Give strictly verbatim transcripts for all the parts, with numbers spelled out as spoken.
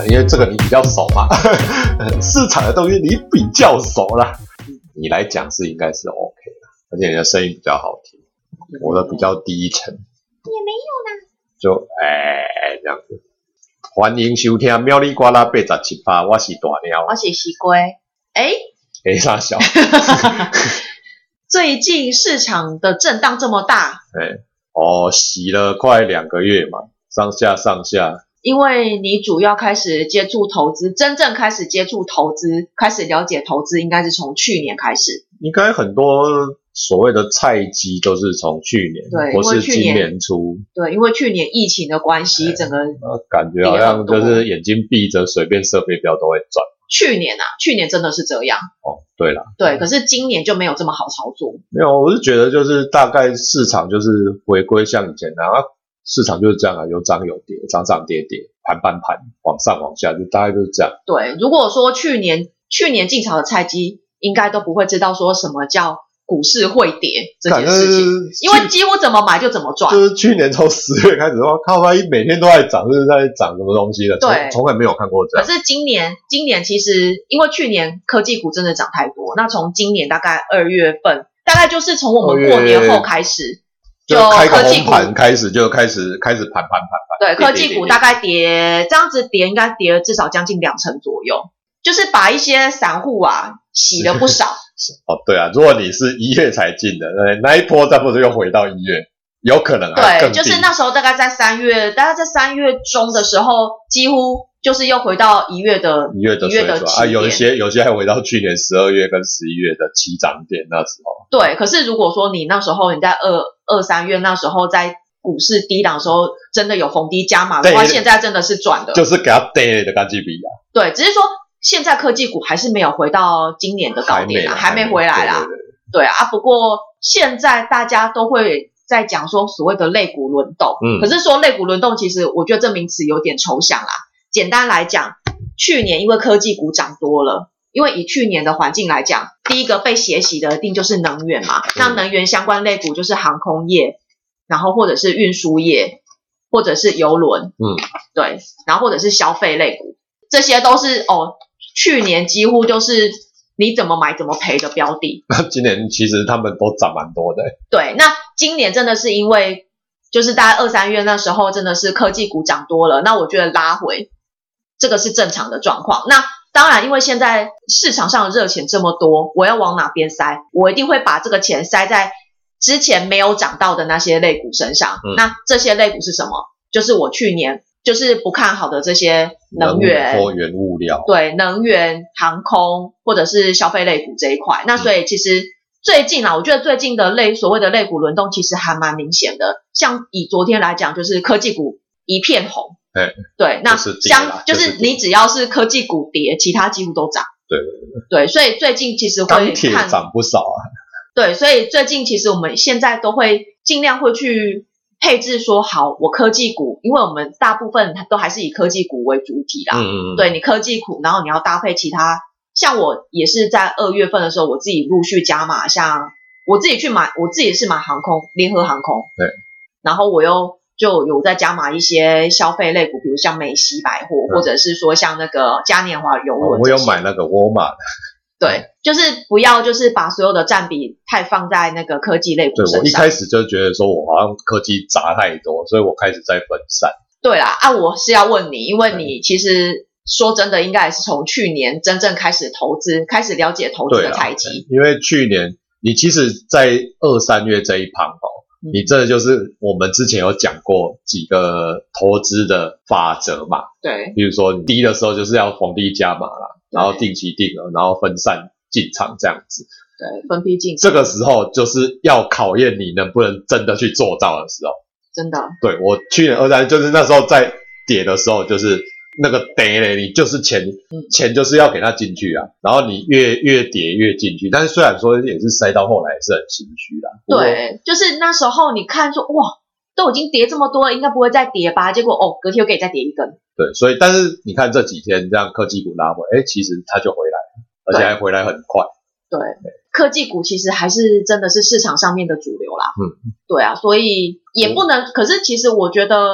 因为这个你比较熟嘛，市场的东西你比较熟啦，你来讲是应该是 OK 的，而且你的声音比较好听，我的比较低沉， 也没有啦， 就哎这样子。欢迎收听喵哩呱啦八十七趴，我是大鸟， 我是西龟，哎哎啥小？ 最近市场的震荡这么大， 哎哦，洗了快两个月嘛，上下上下。 因为你主要开始接触投资，真正开始接触投资，开始了解投资，应该是从去年开始。 应该很多所谓的菜鸡都是从去年， 对， 或是今年初。 对，因为去年疫情的关系，整个感觉好像就是眼睛闭着，随便射飞镖都会赚。 去年啊，去年真的是这样。 哦，对啦， 对，可是今年就没有这么好操作。 没有，我是觉得就是大概市场就是回归像以前那样。啊市场就是这样啊，有涨有跌，涨涨跌跌，盘盘盘，往上往下，就大概就是这样。 对，如果说去年去年进场的菜鸡，应该都不会知道说什么叫股市会跌这件事情，因为几乎怎么买就怎么赚。 就是去年从十月开始的话，靠它每天都在涨，就是在涨什么东西的， 对， 从来没有看过这样。 可是今年，今年其实因为去年科技股真的涨太多，那从今年大概二月份，大概就是从我们过年后开始。 就开个红盘开始就开始开始盘盘盘盘， 对，科技股大概跌这样子跌，应该跌了至少将近两成左右，就是把一些散户啊洗了不少。 哦，对啊，如果你是一月才进的，那一波再不是又回到一月，有可能还更低。 对，就是那时候大概在三月，大概在三月中的时候，几乎就是又回到一月的一月的水准啊，有一些有些还回到去年十二月跟十一月的起涨点那时候。 对，可是如果说你那时候你在二二三月那时候在股市低档的时候，真的有逢低加码的话，现在真的是赚的， 就是给它跌的跟 G B 啊。 对，只是说现在科技股还是没有回到今年的高点啊，还没回来啦。对啊，不过现在大家都会在讲说所谓的类股轮动，嗯，可是说类股轮动，其实我觉得这名词有点抽象啦。简单来讲，去年因为科技股涨多了。因为以去年的环境来讲，第一个被血洗的一定就是能源嘛，那能源相关类股就是航空业，然后或者是运输业，或者是邮轮，嗯，对，然后或者是消费类股，这些都是哦，去年几乎就是你怎么买怎么赔的标的。 那今年其实他们都涨蛮多的。 对，那今年真的是因为就是大概二三月那时候真的是科技股涨多了，那我觉得拉回这个是正常的状况。那当然，因为现在市场上的热钱这么多，我要往哪边塞？我一定会把这个钱塞在之前没有涨到的那些类股身上。嗯、那这些类股是什么？就是我去年就是不看好的这些能源或原物料， 对，能源、航空或者是消费类股这一块。那所以其实最近啊，我觉得最近的类所谓的类股轮动其实还蛮明显的。像以昨天来讲，就是科技股一片红。 对, 对，那相就是你只要是科技股跌，其他几乎都涨。 对对对。 对，所以最近其实会看钢铁涨不少啊。 对，所以最近其实我们现在都会尽量会去配置说，好，我科技股，因为我们大部分都还是以科技股为主体啦。嗯嗯嗯。对，你科技股，然后你要搭配其他，像我也是在二月份的时候，我自己陆续加码，像我自己去买，我自己是买航空，联合航空。对。然后我又。就有在加码一些消费类股，比如像美西百货，嗯、或者是说像那个嘉年华邮轮、哦。 我有买那个沃尔玛的。 对，就是不要就是把所有的占比太放在那个科技类股身上。 对，我一开始就觉得说我好像科技砸太多，所以我开始在分散。 对啦，啊，我是要问你，因为你其实说真的，应该也是从去年真正开始投资，开始了解投资的财技。 因为去年你其实，在二三月这一盘哦。你这就是我们之前有讲过几个投资的法则嘛？ 对， 比如说你低的时候就是要逢低加码啦，然后定期定额，然后分散进场这样子。 对，分批进场。 这个时候就是要考验你能不能真的去做到的时候。 真的。 对，我去年二三就是那时候在跌的时候，就是那个跌嘞，你就是钱、嗯、钱就是要给它进去啊，然后你越越跌越进去，但是虽然说也是塞到后来也是很心虚啦。 对，就是那时候你看说哇，都已经跌这么多了，应该不会再跌吧？结果哦，隔天又可以再跌一根。 对，所以但是你看这几天这样科技股拉回，哎，其实它就回来了，而且还回来很快。 对，对科技股其实还是真的是市场上面的主流啦。嗯，对啊，所以也不能，可是其实我觉得。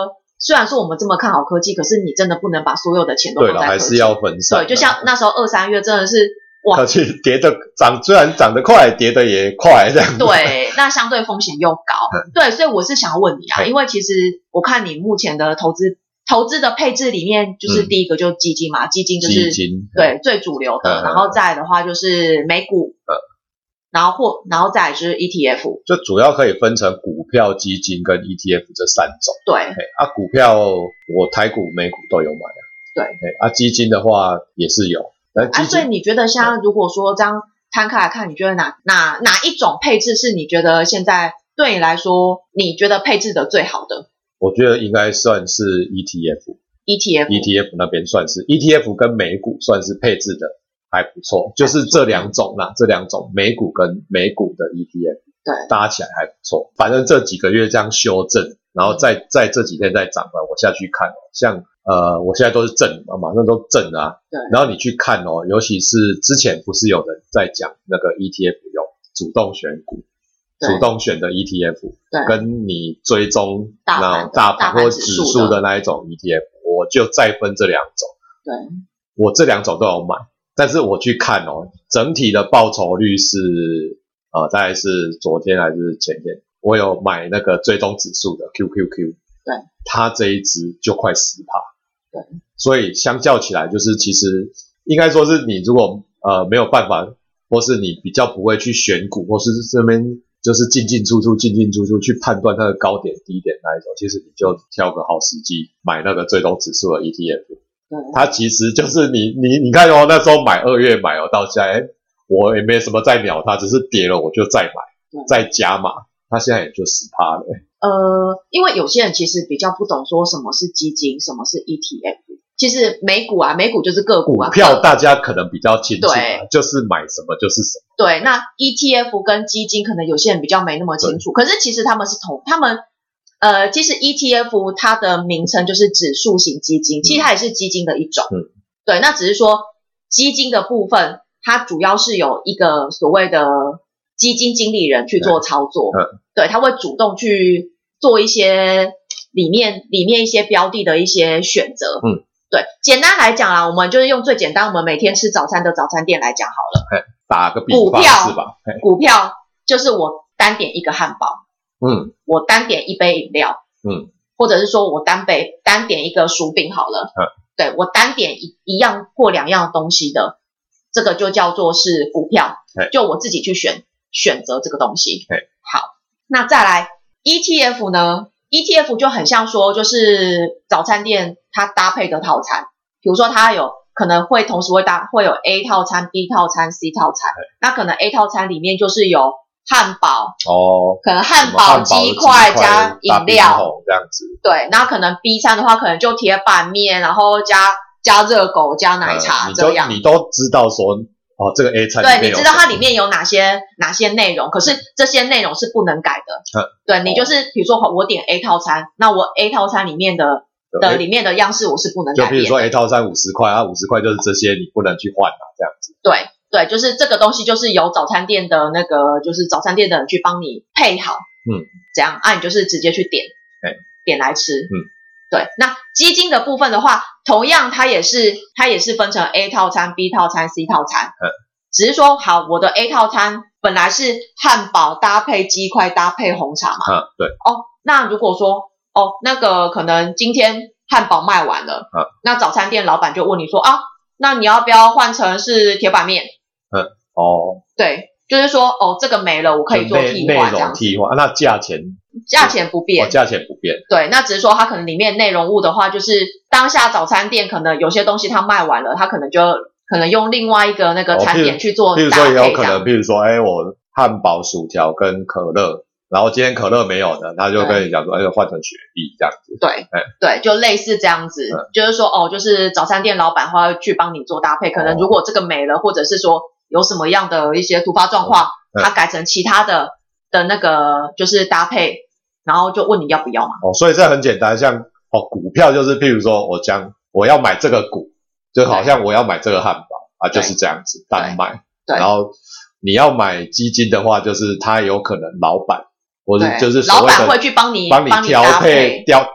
虽然说我们这么看好科技，可是你真的不能把所有的钱都放在科技， 对了，还是要分散。 对，就像那时候二三月真的是哇， 科技跌的涨，虽然涨得快，跌的也快，这样子。 对，那相对风险又高。对，所以我是想问你啊，因为其实我看你目前的投资投资的配置里面，就是第一个就是基金嘛，嗯、基金就是基金对最主流的，嗯、然后再来的话就是美股。嗯然后或然后再来就是 E T F， 就主要可以分成股票、基金跟 E T F 这三种。 对， 啊，股票我台股、美股都有买啊。 对， 啊，基金的话也是有。 啊，所以你觉得像如果说这样摊开来看，你觉得哪哪哪一种配置是你觉得现在对你来说你觉得配置的最好的？ 我觉得应该算是 E T F。E T F，E T F 那边算是 E T F 跟美股算是配置的。还不错，就是这两种啦，这两种美股跟美股的 E T F， 对， 搭起来还不错。反正这几个月这样修正，然后再在这几天再涨完，我下去看哦，像呃，我现在都是正啊，马上都正啊。 对。 然后你去看哦，尤其是之前不是有人在讲那个 E T F 有主动选股，主动选的 E T F， 对， 跟你追踪那大盘或指数的那一种 E T F， 我就再分这两种。 对， 我这两种都有买。但是我去看哦，整体的报酬率是呃，大概是昨天还是前天，我有买那个追踪指数的 Q Q Q， 对， 它这一支就快 百分之十， 对， 所以相较起来，就是其实应该说是你如果呃没有办法，或是你比较不会去选股，或是这边就是进进出出、进进出出去判断它的高点、低点那一种，其实你就挑个好时机买那个追踪指数的 E T F。它其实就是你你你看哦，那时候买二月买哦，到现在我也没什么再鸟它，只是跌了我就再买再加码，它现在也就 百分之十 了。 呃，因为有些人其实比较不懂说什么是基金，什么是 E T F。其实美股啊，美股就是个股啊， 股票大家可能比较清楚啊，就是买什么就是什么。 对，那 E T F 跟基金可能有些人比较没那么清楚，可是其实他们是同他们。呃，其实 E T F 它的名称就是指数型基金，其实它也是基金的一种。嗯，对，那只是说基金的部分，它主要是有一个所谓的基金经理人去做操作。嗯，对，他会主动去做一些里面里面一些标的的一些选择。嗯，对，简单来讲啦，我们就是用最简单，我们每天吃早餐的早餐店来讲好了。 打个比方是吧？ 股票就是我单点一个汉堡。 嗯， 我单点一杯饮料， 嗯， 或者是说我单杯单点一个薯饼好了，嗯，对我单点一一样或两样东西的，这个就叫做是股票，就我自己去选选择这个东西。好，那再来 E T F 呢 ？E T F 就很像说，就是早餐店它搭配的套餐，比如说它有可能会同时会搭会有 A 套餐、B 套餐、C 套餐，那可能 A 套餐里面就是有汉堡哦， 可能汉堡、鸡块加饮料这样子。 对，那可能 B 餐的话，可能就铁板面，然后加加热狗、加奶茶、 嗯、 这样。 你都知道说，哦，这个 A 餐对，你知道它里面有哪些哪些内容，可是这些内容是不能改的。嗯、对你就是，比如说我点 A 套餐，那我 A 套餐里面的的里面的样式我是不能改变的。 就比如说 A 套餐五十块啊，五十块就是这些，你不能去换啊，这样子。 对。对，就是这个东西，就是由早餐店的那个，就是早餐店的人去帮你配好， 嗯， 这样啊，你就是直接去点， 欸、 点来吃， 嗯， 对。那基金的部分的话，同样它也是它也是分成 A 套餐、B 套餐、C 套餐， 嗯， 只是说好，我的 A 套餐本来是汉堡搭配鸡块搭配红茶嘛， 嗯，对。 哦，那如果说哦那个可能今天汉堡卖完了， 嗯， 那早餐店老板就问你说啊，那你要不要换成是铁板面？ 嗯，哦， 对，就是说，哦，这个没了，我可以做替换，这样替换，那价钱价钱不变， 哦，价钱不变， 对，那只是说它可能里面内容物的话，就是当下早餐店可能有些东西它卖完了，它可能就可能用另外一个那个餐点去做搭配， 譬如说也有可能，譬如说，哎，我汉堡、薯条跟可乐，然后今天可乐没有的，他就跟你讲说，哎，换成雪碧这样子， 对，对，就类似这样子，嗯、就是说，哦，就是早餐店老板会去帮你做搭配，可能如果这个没了，或者是说有什么样的一些突发状况，嗯、他改成其他的的那个就是搭配，然后就问你要不要嘛。 哦，所以这很简单，像哦股票就是譬如说我讲我要买这个股，就好像我要买这个汉堡啊，就是这样子单买。 对。 然后你要买基金的话，就是他有可能老板或者就是所谓的老板会去帮你帮你调配调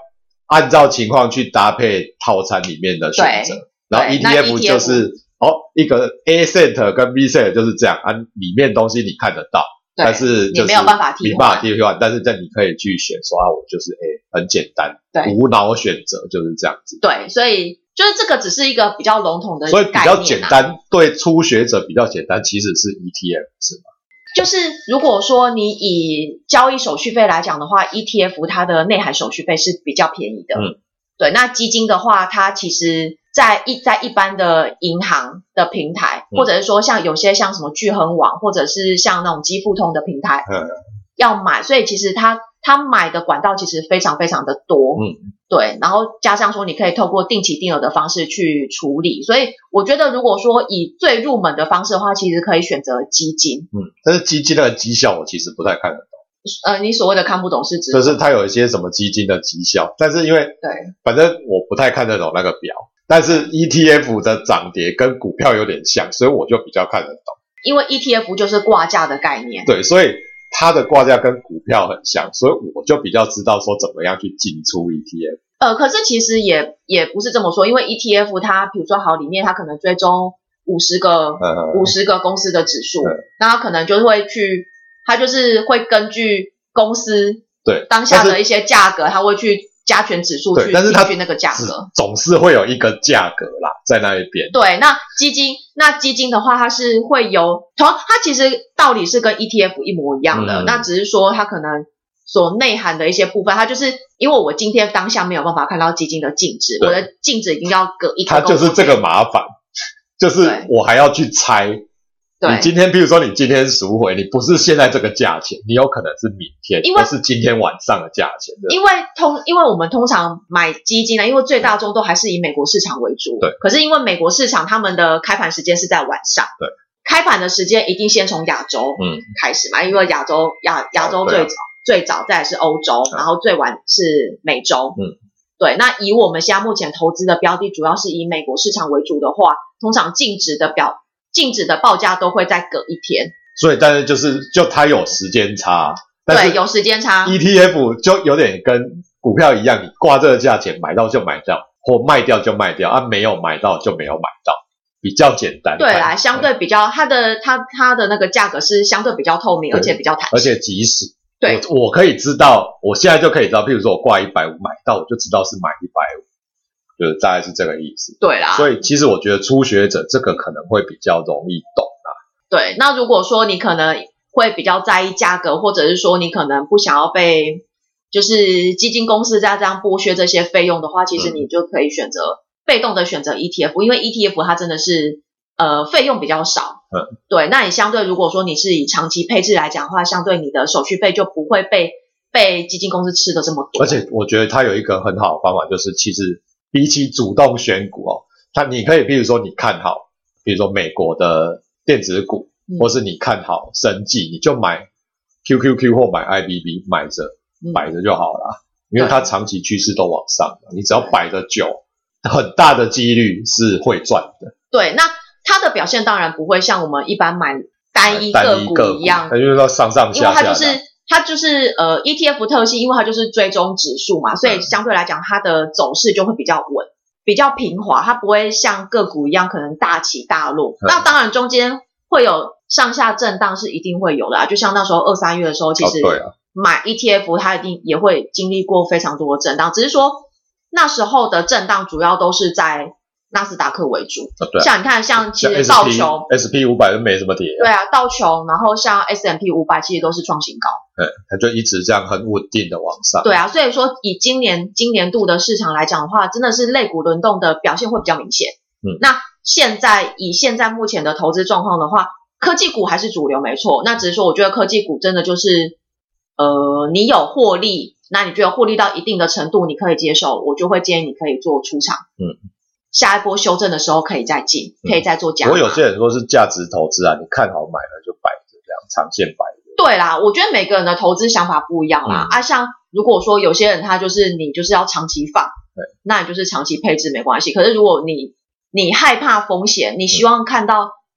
按照情况去搭配套餐里面的选择，然后 E T F 就是哦一个 A set 跟 B set 就是这样啊，里面东西你看得到，但是就是你没有办法替换， 替换，但是这你可以去选说啊，我就是 A 很简单，无脑选择就是这样子。 对，所以就是这个只是一个比较笼统的概念、啊， 所以比较简单，对初学者比较简单，其实是 E T F 是吗？ 就是如果说你以交易手续费来讲的话 ，E T F 它的内涵手续费是比较便宜的。嗯，对。那基金的话，它其实在一在一般的银行的平台，嗯、或者是说像有些像什么聚亨网，或者是像那种基富通的平台，嗯、要买，所以其实它它买的管道其实非常非常的多。嗯，对。然后加上说，你可以透过定期定额的方式去处理，所以我觉得如果说以最入门的方式的话，其实可以选择基金。 嗯，但是基金的绩效我其实不太看得懂。 呃，你所谓的看不懂是指？ 就是它有一些什么基金的绩效，但是因为对， 反正我不太看得懂那个表，但是 E T F 的涨跌跟股票有点像，所以我就比较看得懂。 因为 E T F 就是挂价的概念。 对，所以它的挂价跟股票很像，所以我就比较知道说怎么样去进出 E T F。 呃，可是其实也也不是这么说，因为 E T F 它比如说好里面它可能追踪五十个五十个公司的指数，那它可能就会去，它就是会根据公司对当下的一些价格，它会去加权指数去根据那个价格， 总是会有一个价格啦，在那一边。 对，那基金那基金的话，它是会有同它其实道理是跟 E T F 一模一样的，嗯、那只是说它可能所内涵的一些部分，它就是因为我今天当下没有办法看到基金的净值，我的净值一定要隔一个， 它就是这个麻烦，就是我还要去猜。你今天，比如说你今天赎回，你不是现在这个价钱，你有可能是明天，因为是今天晚上的价钱。 因为通，因为我们通常买基金呢，因为最大宗都还是以美国市场为主。 对。 可是因为美国市场他们的开盘时间是在晚上。 对。 开盘的时间一定先从亚洲嗯开始嘛，因为亚洲亚亚洲最早、哦啊、最早再来是欧洲，嗯、然后最晚是美洲。嗯。对，那以我们现在目前投资的标的，主要是以美国市场为主的话，通常净值的表。净值的报价都会再隔一天， 所以但是就是就它有时间差， 对，有时间差。 E T F 就有点跟股票一样，你挂这个价钱买到就买到，或卖掉就卖掉，啊没有买到就没有买到，比较简单。 对啦，相对比较它的它它的那个价格是相对比较透明，而且比较弹性， 而且及时。 对， 我我可以知道，我现在就可以知道，譬如说我挂一百五买到，我就知道是买一百五。就是大概是这个意思。 对啦， 所以其实我觉得初学者这个可能会比较容易懂啦。 对，那如果说你可能会比较在意价格，或者是说你可能不想要被就是基金公司在这样剥削这些费用的话，其实你就可以选择、嗯、被动的选择 E T F， 因为 E T F 它真的是呃费用比较少。嗯，对，那你相对如果说你是以长期配置来讲的话，相对你的手续费就不会被被基金公司吃的这么多。 而且我觉得它有一个很好的方法，就是其实比起主动选股哦，它你可以比如说你看好，比如说美国的电子股，嗯、或是你看好生技，你就买 Q Q Q 或买 I B B 买着、嗯、摆着就好了，因为它长期趋势都往上，你只要摆着久，很大的几率是会赚的。 对，那它的表现当然不会像我们一般买单一个股一样， 它就是说上上下下， 因为它就是它就是呃 E T F 特性，因为它就是追踪指数嘛，所以相对来讲它的走势就会比较稳，比较平滑，它不会像个股一样可能大起大落。嗯、那当然中间会有上下震荡是一定会有的啊，就像那时候二三月的时候，其实买 E T F 它一定也会经历过非常多的震荡，只是说那时候的震荡主要都是在纳斯达克为主，啊啊、像你看，像其实道琼 S P 五百 都没什么跌， 对啊，道琼，然后像 S and P 五百其实都是创新高， 对，它就一直这样很稳定的往上。 对啊，所以说以今年今年度的市场来讲的话，真的是类股轮动的表现会比较明显。嗯，那现在以现在目前的投资状况的话，科技股还是主流没错，那只是说我觉得科技股真的就是呃，你有获利，那你觉得获利到一定的程度你可以接受，我就会建议你可以做出场。嗯。下一波修正的时候可以再进，可以再做加码。 我有些人说是价值投资啊，你看好买了就摆着，这样长线摆着。 对啦，我觉得每个人的投资想法不一样啦。嗯、啊，像如果说有些人他就是你就是要长期放，那你就是长期配置没关系。可是如果你你害怕风险，你希望看到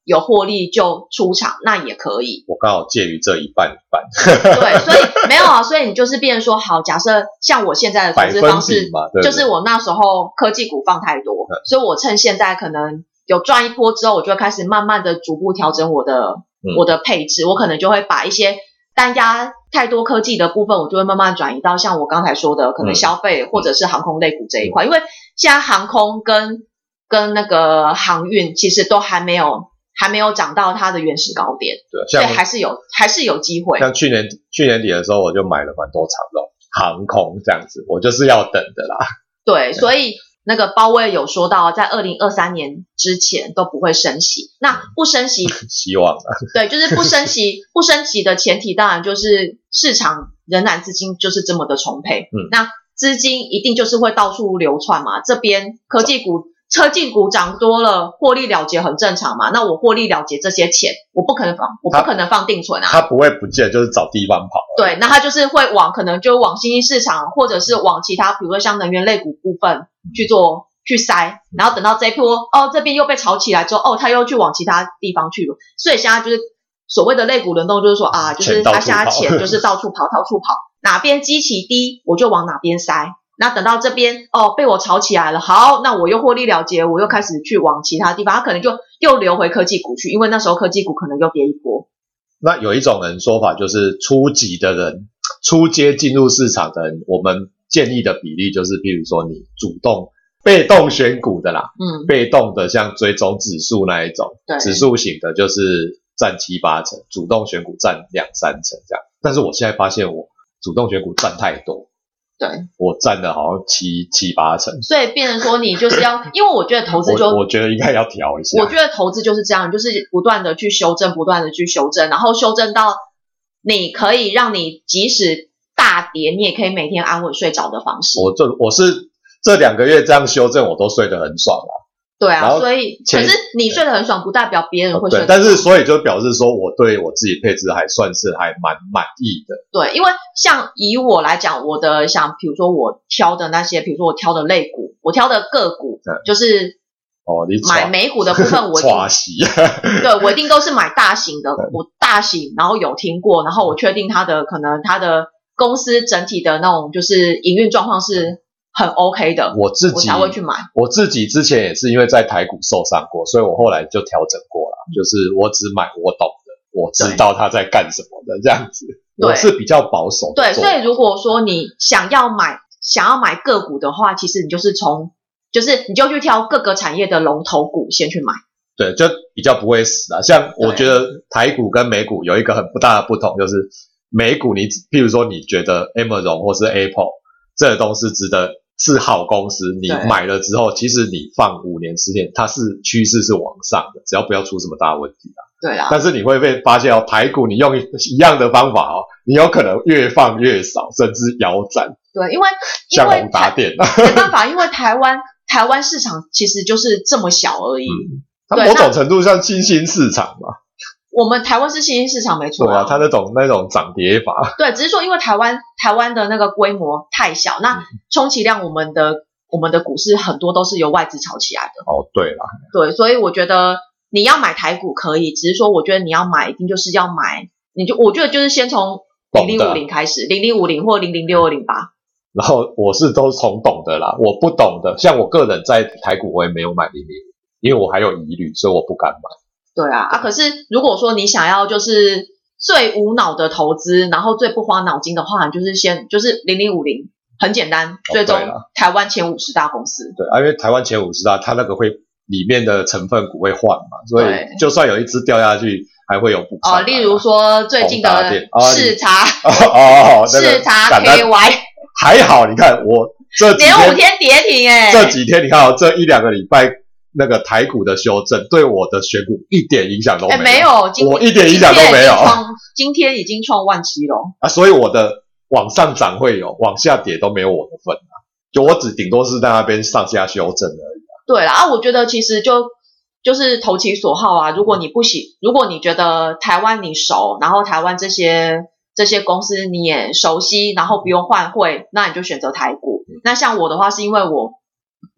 有获利就出场，那也可以。 我刚好介于这一半一半。 对，所以没有啊，所以你就是变成说，好，假设像我现在的投资方式， 对对， 就是我那时候科技股放太多，所以我趁现在可能有赚一波之后，我就会开始慢慢的逐步调整我的、嗯、我的配置，我可能就会把一些单压太多科技的部分，我就会慢慢转移到像我刚才说的，可能消费、嗯、或者是航空类股这一块，因为现在航空跟跟那个航运其实都还没有还没有涨到它的原始高点，对，所以还是有还是有机会。 像去年去年底的时候，我就买了蛮多长荣航空这样子，我就是要等的啦。 对，所以那个鲍威尔有说到，在二零二三年之前都不会升息。那不升息， 希望啊。 对，就是不升息，不升息的前提当然就是市场仍然资金就是这么的充沛。嗯，那资金一定就是会到处流窜嘛。这边科技股。科技股涨多了，获利了结很正常嘛。那我获利了结这些钱，我不可能放，我不可能放定存啊。 它不会不见，就是找地方跑。 对，那它就是会往可能就往新兴市场，或者是往其他，比如说像能源类股部分去做去塞，然后等到这一波哦这边又被炒起来之后，哦它又去往其他地方去了。所以现在就是所谓的类股轮动，就是说啊，就是大家钱就是到处跑，到处跑，哪边基期低我就往哪边塞。那等到这边哦被我炒起来了，好，那我又获利了结，我又开始去往其他地方，它可能就又流回科技股去，因为那时候科技股可能又跌一波。 那有一种人说法就是初级的人，初阶进入市场的人，我们建议的比例就是，比如说你主动被动选股的啦，嗯，被动的像追踪指数那一种，对，指数型的就是占七八成，主动选股占两三成这样。但是我现在发现我主动选股占太多。 对， 我占了好像七七八成， 所以变成说你就是要，因为我觉得投资就我，我觉得应该要调一下。 我觉得投资就是这样，就是不断的去修正，不断的去修正，然后修正到你可以让你即使大跌，你也可以每天安稳睡着的方式。 我这我是这两个月这样修正，我都睡得很爽啦。 对啊，所以可是你睡得很爽，不代表别人会睡得很爽。对，但是所以就表示说我对我自己配置还算是还蛮满意的。 对，因为像以我来讲，我的像比如说我挑的那些，比如说我挑的类股，我挑的个股，就是哦，你买美股的部分，我一定对我一定都是买大型的，我大型，然后有听过，然后我确定它的可能它的公司整体的那种就是营运状况是很 OK 的， 我自己我才会去买。 我自己之前也是因为在台股受伤过，所以我后来就调整过了，就是我只买我懂的，我知道他在干什么的这样子。我是比较保守的。 对，所以如果说你想要买想要买个股的话，其实你就是从就是你就去挑各个产业的龙头股先去买。 对，就比较不会死啊。像我觉得台股跟美股有一个很不大的不同，就是美股你譬如说你觉得 Amazon 或是 Apple 这东西值得是好公司，你买了之后，其实你放五年十年，它是趋势是往上的，只要不要出什么大问题啊。 对啊。 但是你会被发现哦，台股你用一样的方法哦，你有可能越放越少，甚至腰斩。 对，因为像宏达电， 没办法，因为台湾台湾市场其实就是这么小而已。 嗯，它某种程度像新兴市场嘛。 我们台湾是新兴市场没错、啊， 对啊，它那种那种涨跌法， 对，只是说因为台湾台湾的那个规模太小，那充其量我们的我们的股市很多都是由外资炒起来的。 哦，对啦， 对，所以我觉得你要买台股可以，只是说我觉得你要买一定就是要买，你就我觉得就是先从零零五零开始，零零五零或零零六二零八。 然后我是都从懂的啦，我不懂的，像我个人在台股我也没有买零零五，因为我还有疑虑，所以我不敢买。 对啊，啊，可是如果说你想要就是最无脑的投资，然后最不花脑筋的话，你就是先就是零零五零，很简单，最终台湾前五十大公司。 对啊，因为台湾前五十大，它那个会里面的成分股会换嘛，所以就算有一只掉下去，还会有补偿。 哦，例如说最近的视察， 哦， 视察 K Y， 还好，你看我这几天连五天跌停哎， 这几天你看哦，这一两个礼拜。那个台股的修正对我的选股一点影响都没有， 没有， 我一点影响都没有。 今天已经创万七了啊，所以我的往上涨会有，往下跌都没有我的份啊。就我只顶多是在那边上下修正而已、啊。 对啦，啊，我觉得其实就就是投其所好啊。如果你不喜，如果你觉得台湾你熟，然后台湾这些这些公司你也熟悉，然后不用换汇，那你就选择台股。那像我的话，是因为我。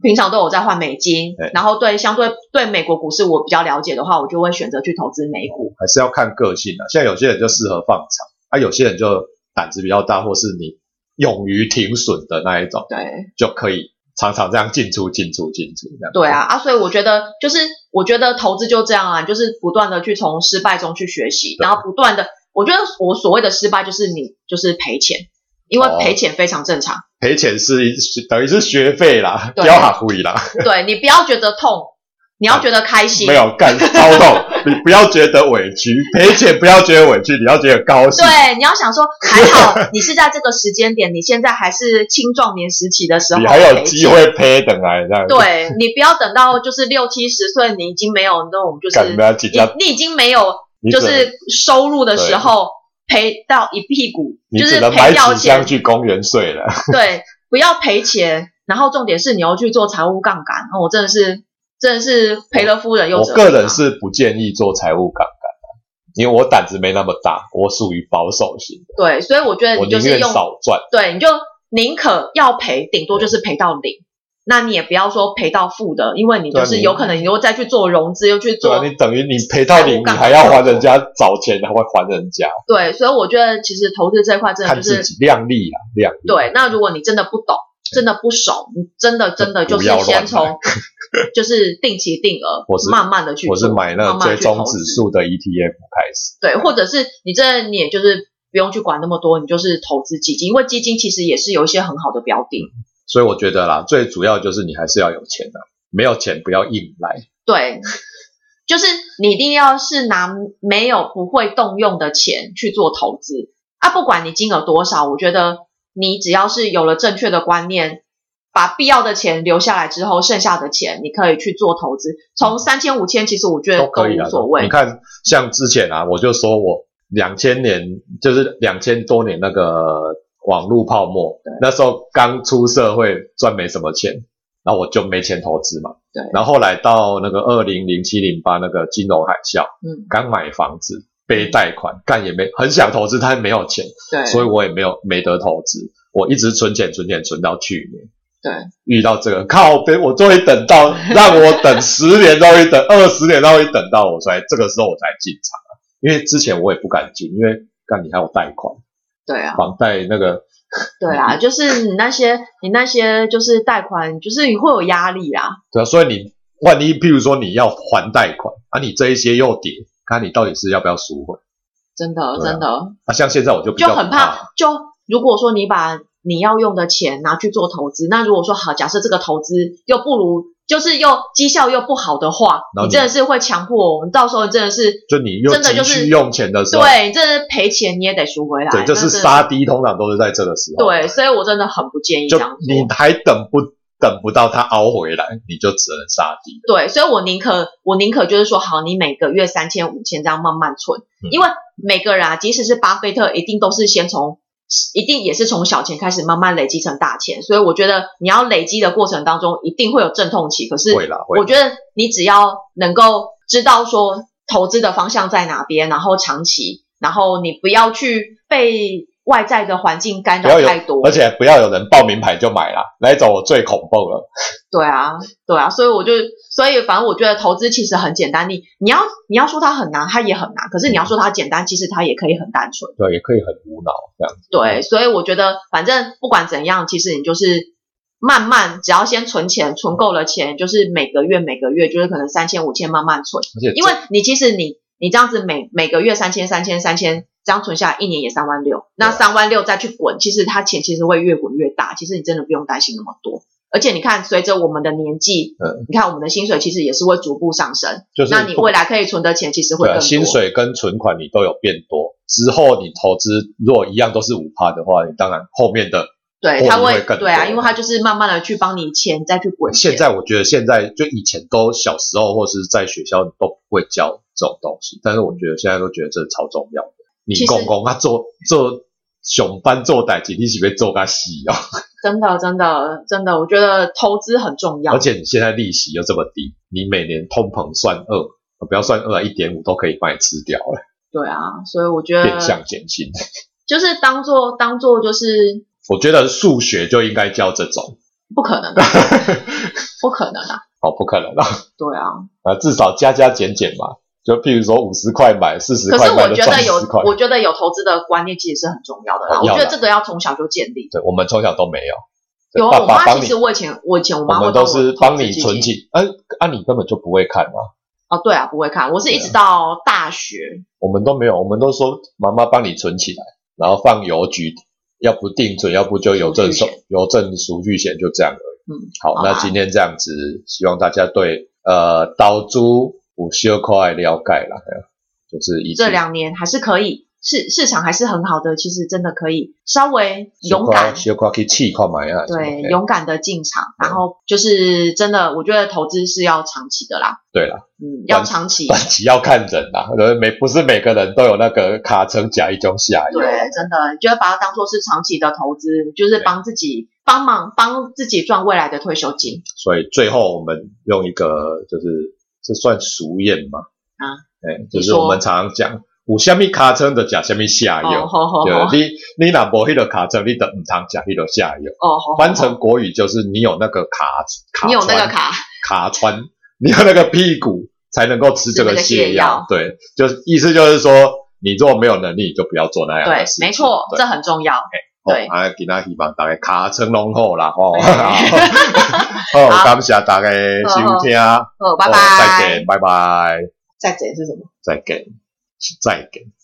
平常都有在换美金，然后对相对对美国股市我比较了解的话，我就会选择去投资美股。 还是要看个性啊，像有些人就适合放长，啊，有些人就胆子比较大，或是你勇于停损的那一种， 对， 就可以常常这样进出进出进出这样。 对啊，啊，所以我觉得就是我觉得投资就这样啊，就是不断的去从失败中去学习，然后不断的，我觉得我所谓的失败就是你就是赔钱，因为赔钱非常正常。哦， 赔钱是等于是学费啦，不要哈贵啦。对， 你不要觉得痛，你要觉得开心。 没有干超痛，你不要觉得委屈，赔钱不要觉得委屈，你要觉得高兴。 对，你要想说还好你是在这个时间点，你现在还是青壮年时期的时候， 你还有机会赔等来这样。 对，你不要等到就是六七十岁，你已经没有那种就是你你已经没有就是收入的时候。赔到一屁股，就是赔掉钱，你只能买纸箱去公园睡了。 对，不要赔钱，然后重点是你要去做财务杠杆。我真的是，真的是赔了夫人又折兵。 我个人是不建议做财务杠杆的，因为我胆子没那么大，我属于保守型的。 对，所以我觉得你就是用我宁愿少赚。 对，你就宁可要赔，顶多就是赔到零。那你也不要说赔到负的，因为你就是有可能你又再去做融资，又去做。 对啊，你等于你赔到零，你还要还人家找钱，还会还人家。 对，所以我觉得其实投资这一块真的就是看自己量力啊，量力。 对，那如果你真的不懂，真的不熟，你真的真的就是先从就是定期定额，慢慢的去做， 我是买那追踪指数的 E T F 开始。 对，或者是你这你也就是不用去管那么多，你就是投资基金，因为基金其实也是有一些很好的标的。 嗯，所以我觉得啦，最主要就是你还是要有钱的，没有钱不要硬来。 对，就是你一定要是拿没有不会动用的钱去做投资啊，不管你金额多少，我觉得你只要是有了正确的观念，把必要的钱留下来之后，剩下的钱你可以去做投资，从三千五千其实我觉得都无所谓。 你看像之前啊，我就说我两千年就是两千多年那个网络泡沫，那时候刚出社会赚没什么钱，然后我就没钱投资嘛。 对。 然后后来到那个二零零七零八那个金融海啸，嗯，刚买房子背贷款，干也没很想投资，但没有钱， 对， 所以我也没有没得投资，我一直存钱存钱存到去年。 对。 遇到这个靠背，我终于等到让我等十年，终于等二十年，终于等到我才这个时候我才进场啊，因为之前我也不敢进，因为干你还有贷款。 对啊， 房贷那个， 对啊，就是你那些你那些就是贷款，就是你会有压力啦。 对啊，所以你万一譬如说你要还贷款，啊，你这一些又跌，看你到底是要不要赎回。 真的、啊、真的。 啊，像现在我就比较就很怕，就如果说你把你要用的钱拿去做投资，那如果说好，假设这个投资又不如。就是又绩效又不好的话，你真的是会强迫我们，到时候真的是就你又急需用钱的时候， 对，你真的是赔钱你也得赎回来。 对，就是杀低，通常都是在这个时候。 对，所以我真的很不建议这样做。 你还等不等不到它凹回来，你就只能杀低。 对，所以我宁可我宁可就是说，好，你每个月三千五千这样慢慢存，嗯、因为每个人啊，即使是巴菲特，一定都是先从。一定也是从小钱开始慢慢累积成大钱，所以我觉得你要累积的过程当中一定会有阵痛期，可是我觉得你只要能够知道说投资的方向在哪边，然后长期，然后你不要去被外在的环境干扰太多， 而且不要有人报名牌就买啦，那一种我最恐怖了。 对啊，对啊，所以我就所以反正我觉得投资其实很简单，你你要你要说它很难，它也很难，可是你要说它简单，其实它也可以很单纯， 对，也可以很无脑这样子。 对，所以我觉得反正不管怎样，其实你就是慢慢，只要先存钱，存够了钱，就是每个月每个月就是可能三千五千慢慢存，因为你其实你你这样子每每个月三千三千三千。这样存下来一年也三万六，那三万六再去滚，其实它钱其实会越滚越大，其实你真的不用担心那么多。而且你看，随着我们的年纪，嗯，你看我们的薪水其实也是会逐步上升，就是那你未来可以存的钱其实会更多。 对啊，薪水跟存款你都有变多，之后你投资如果一样都是 百分之五 的话，你当然后面的对它会更多对啊，因为它就是慢慢的去帮你钱再去滚钱。 现在我觉得现在就以前都小时候或是在学校都不会教这种东西，但是我觉得现在都觉得这超重要的。你公公他做做上班做代志，你是要做个死哦？ 真的，真的，真的，我觉得投资很重要。 而且你现在利息又这么低，你每年通膨算二，不要算二，一点五都可以把你吃掉了。 对啊，所以我觉得变相减薪， 就是当做当做就是， 我觉得数学就应该教这种， 不可能，不可能啊！ 哦，不可能啊！ 对啊， 啊，至少加加减减嘛。就譬如说五十块买，四十块买， 可是我觉得有，我觉得有投资的观念其实是很重要的啦。哦、我觉得这个要从小就建立。 对，我们从小都没有。 有啊，我妈其实我以前，我以前我妈我们都是帮你存起，哎、啊，啊，你根本就不会看啊。 哦，对啊，不会看，我是一直到大学， 我们都没有，我们都说妈妈帮你存起来，然后放邮局，要不定存，要不就邮政收邮政储蓄险，就这样而已。 嗯， 好，好那今天这样子，希望大家对呃投资有小块了解啦。就是以这两年还是可以，市市场还是很好的，其实真的可以稍微勇敢， 小块去试看买啊， 对，勇敢的进场，然后就是真的，我觉得投资是要长期的啦。 对啦， 嗯，要长期， 短期要看人啦，每不是每个人都有那个卡层甲一种下游。 对，真的，你就要把它当做是长期的投资，就是帮自己帮忙帮自己赚未来的退休金。 所以最后我们用一个就是这算俗谚吗？ 啊。 欸、就是我们常常讲，有什么卡层就吃什么下游。 哦、好好好你你若无迄个卡层，你就唔通吃迄个下游。 哦，好好翻成国语就是你有那个卡卡， 你有那个卡卡穿，你有那个屁股才能够吃这个泻药。对，就是意思就是说，你如果没有能力，你就不要做那样的事情。 对，没错，这很重要。 对，啊，今仔希望大家卡层拢好啦，吼。好，感谢大家收听。 好，拜拜。 再见，拜拜。 再见是什么？ 再见，再见。